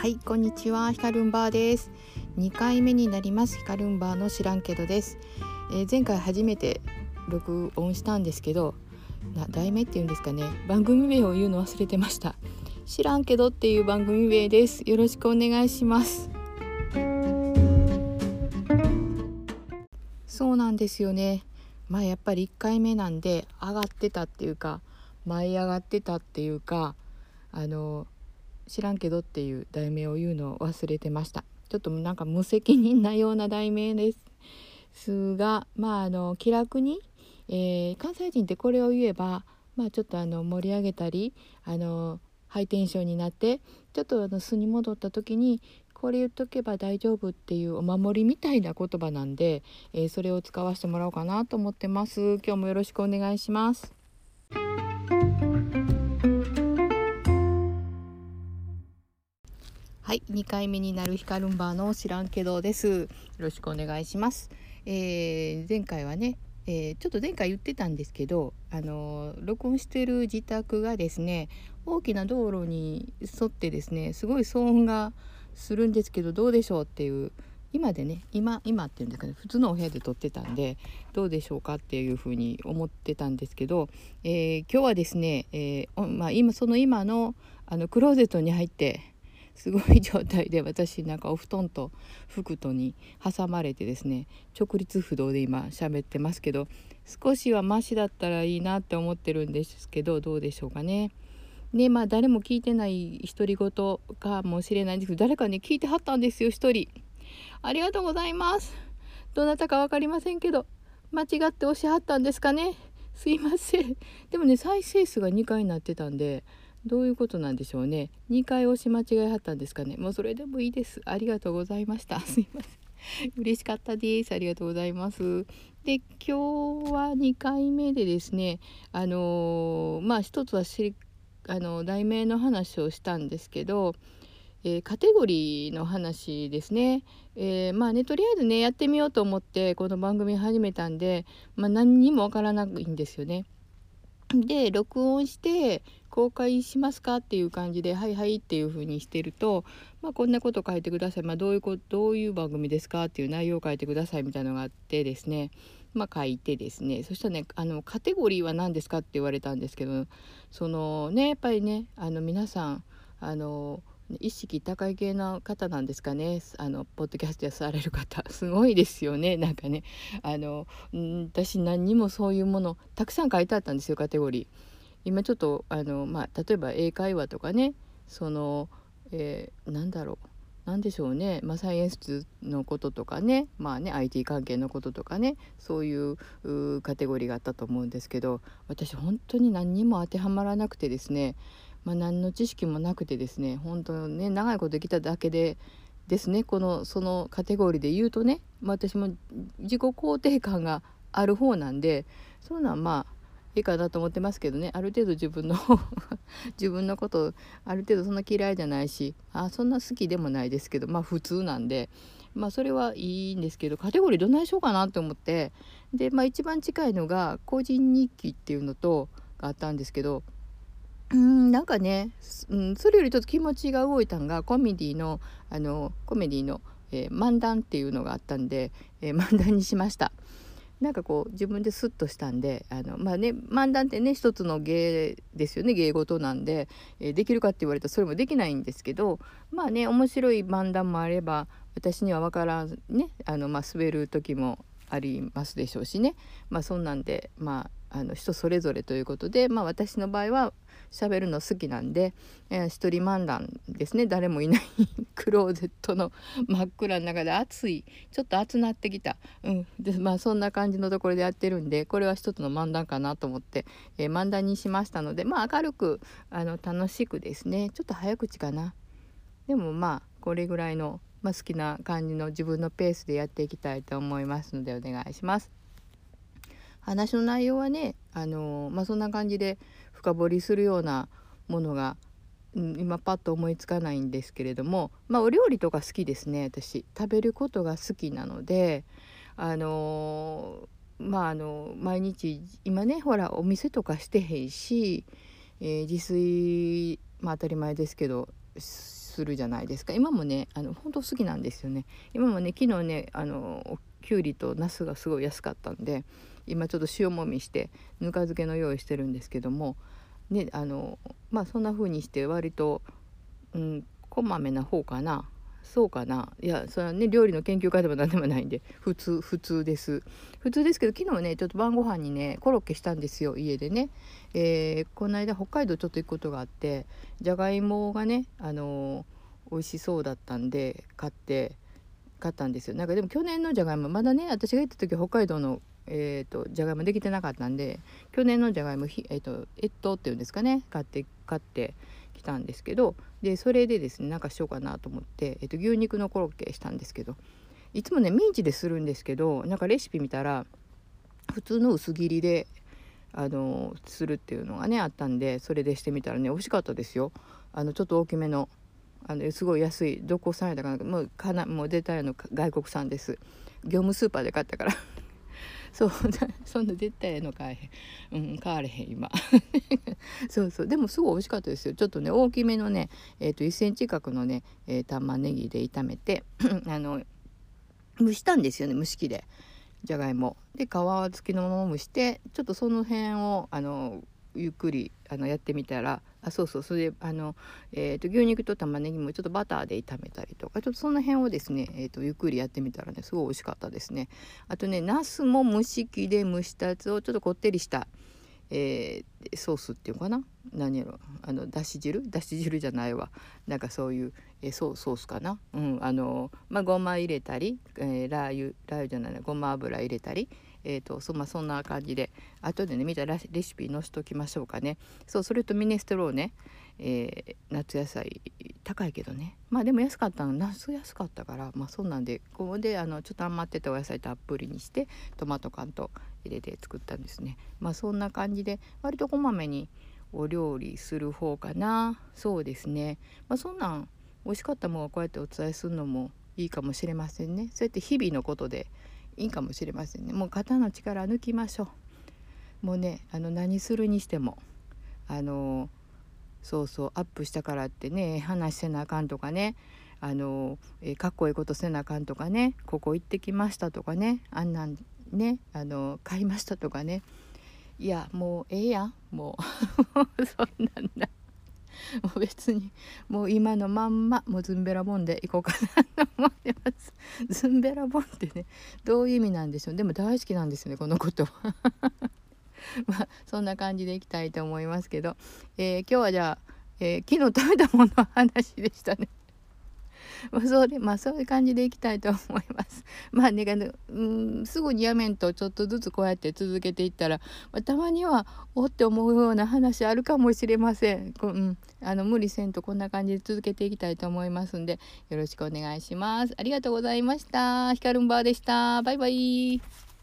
はい、こんにちは、ヒカルンバーです。2回目になりますヒカルンバーの知らんけどです。前回初めて録音したんですけど、題名っていうんですかね、番組名を言うの忘れてました。知らんけどっていう番組名です。よろしくお願いします。そうなんですよね。やっぱり1回目なんで上がってたっていうか、舞い上がってたっていうか、知らんけどっていう題名を言うのを忘れてました。ちょっとなんか無責任なような題名ですが、気楽に、関西人ってこれを言えば、ちょっと盛り上げたり、ハイテンションになって、ちょっと素に戻った時にこれ言っとけば大丈夫っていうお守りみたいな言葉なんで、それを使わせてもらおうかなと思ってます。今日もよろしくお願いします。はい、2回目になるヒカルンバーの知らんけどです。よろしくお願いします。前回はね、ちょっと前回言ってたんですけど、録音してる自宅がですね、大きな道路に沿ってですね、すごい騒音がするんですけど、どうでしょうっていう、今っていうんですかね、普通のお部屋で撮ってたんでどうでしょうかっていうふうに思ってたんですけど、今日はですね、今のクローゼットに入ってすごい状態で、私なんかお布団と服とに挟まれてですね、直立不動で今喋ってますけど、少しはマシだったらいいなって思ってるんですけど、どうでしょうかね。で誰も聞いてない独り言かもしれないんですけど、誰かね聞いてはったんですよ、一人。ありがとうございます。どなたか分かりませんけど、間違って押しはったんですかね。すいません。でもね、再生数が2回になってたんで、どういうことなんでしょうね。2回押し間違いはったんですかね。もうそれでもいいです。ありがとうございました。すいません。嬉しかったです。ありがとうございます。で、今日は2回目でですね、一つは題名の話をしたんですけど、カテゴリーの話ですね。とりあえずねやってみようと思ってこの番組始めたんで、何にもわからないんですよね。で録音して公開しますかっていう感じではいはいっていう風にしてると、こんなこと書いてください、どういう番組ですかっていう内容を書いてくださいみたいなのがあってですね、書いてですね、そしたらねカテゴリーは何ですかって言われたんですけど、そのねやっぱりね皆さん意識高い系の方なんですかね。ポッドキャストやされる方すごいですよね。なんかね私何にもそういうものたくさん書いてあったんですよ、カテゴリー。今ちょっと例えば英会話とかね、なんでしょうね、サイエンスのこととかね、IT 関係のこととかね、そういうカテゴリーがあったと思うんですけど、私本当に何にも当てはまらなくてですね、何の知識もなくてですね、本当ね長いこと生きただけでですね、そのカテゴリーで言うとね、私も自己肯定感がある方なんで、そういうのはいいかなと思ってますけどね。ある程度自分の自分のことある程度そんな嫌いじゃないし、そんな好きでもないですけど、普通なんで、それはいいんですけど、カテゴリーどんなにしようかなと思って、で一番近いのが個人日記っていうのがあったんですけど、なんかね、それよりちょっと気持ちが動いたんがコメディの漫談っていうのがあったんで、漫談にしました。なんかこう自分でスッとしたんで、漫談ってね一つの芸ですよね、芸事なんで、できるかって言われたらそれもできないんですけど、面白い漫談もあれば、私には分からんね滑る時もありますでしょうしね、そんなんで人それぞれということで、私の場合は喋るの好きなんで、一人漫談ですね。誰もいないクローゼットの真っ暗の中でちょっと暑なってきた、でそんな感じのところでやってるんで、これは一つの漫談かなと思って、漫談にしましたので、明るく楽しくですね、ちょっと早口かな、でもこれぐらいの、好きな感じの自分のペースでやっていきたいと思いますのでお願いします。話の内容はねそんな感じで深掘りするようなものが、今パッと思いつかないんですけれども、お料理とか好きですね。私食べることが好きなので、毎日今ねほらお店とかしてへんし、自炊当たり前ですけどするじゃないですか。今もね本当好きなんですよね。今もね昨日ねきゅうりとナスがすごい安かったんで、今ちょっと塩もみしてぬか漬けの用意してるんですけどもね、そんな風にして割と、こまめな方かな。そうかな。いやそれはね料理の研究家でも何でもないんで普通です。普通ですけど、昨日ねちょっと晩ご飯にねコロッケしたんですよ、家でね。この間北海道ちょっと行くことがあって、じゃがいもがね美味しそうだったんで買ったんですよ。なんかでも去年のじゃがいもまだね、私が行った時北海道のじゃがいもできてなかったんで、去年のじゃがいも越冬っていうんですかね、買ってきたんですけど、でそれでですねなんかしようかなと思って、牛肉のコロッケしたんですけど、いつもねミンチでするんですけど、なんかレシピ見たら普通の薄切りでするっていうのがねあったんで、それでしてみたらね美味しかったですよ。ちょっと大きめのすごい安い、どこされたかな、もう出たような外国産です。業務スーパーで買ったからそうそんな絶対の買えへん、買われへん今そうでもすごい美味しかったですよ。ちょっとね大きめのね1センチ角のね、玉ねぎで炒めて蒸したんですよね、蒸し器で。じゃがいもで皮付きのまま蒸して、ちょっとその辺をゆっくりやってみたら、そうそれで牛肉と玉ねぎもちょっとバターで炒めたりとか、ちょっとその辺をですね、ゆっくりやってみたらねすごい美味しかったですね。あとねナスも蒸し器で蒸したやつをちょっとこってりした、ソースっていうのかな、何やろ、だし汁じゃないわ、なんかそういう、ソースかな、ごま入れたり、ラー油じゃないな、ごま油入れたり、そんな感じで後でね見たらレシピ載せときましょうかね。それとミネストローネ、夏野菜高いけどね、でも安かったの、夏安かったから、そんなんでここでちょっと余ってたお野菜たっぷりにしてトマト缶と入れて作ったんですね。そんな感じで割とこまめにお料理する方かな。そうですね。そんなん美味しかったものをこうやってお伝えするのもいいかもしれませんね。そうやって日々のことでいいかもしれませんね。もう肩の力抜きましょう。もうね何するにしてもそうアップしたからってね話せなあかんとかね、かっこいいことせなあかんとかね、ここ行ってきましたとかね、あんなんね買いましたとかね、いやもうええやんもうそんなんだ、もう別にもう今のまんまもうズンベラボンでいこうかなと思ってます。ズンベラボンってねどういう意味なんでしょう。でも大好きなんですよねこのことはそんな感じでいきたいと思いますけど、今日はじゃあ、昨日食べたものの話でしたね。そういう感じでいきたいと思います。すぐにやめんとちょっとずつこうやって続けていったら、たまにはおって思うような話あるかもしれません。無理せんとこんな感じで続けていきたいと思いますんで、よろしくお願いします。ありがとうございました。ひかるんばーでした。バイバイ。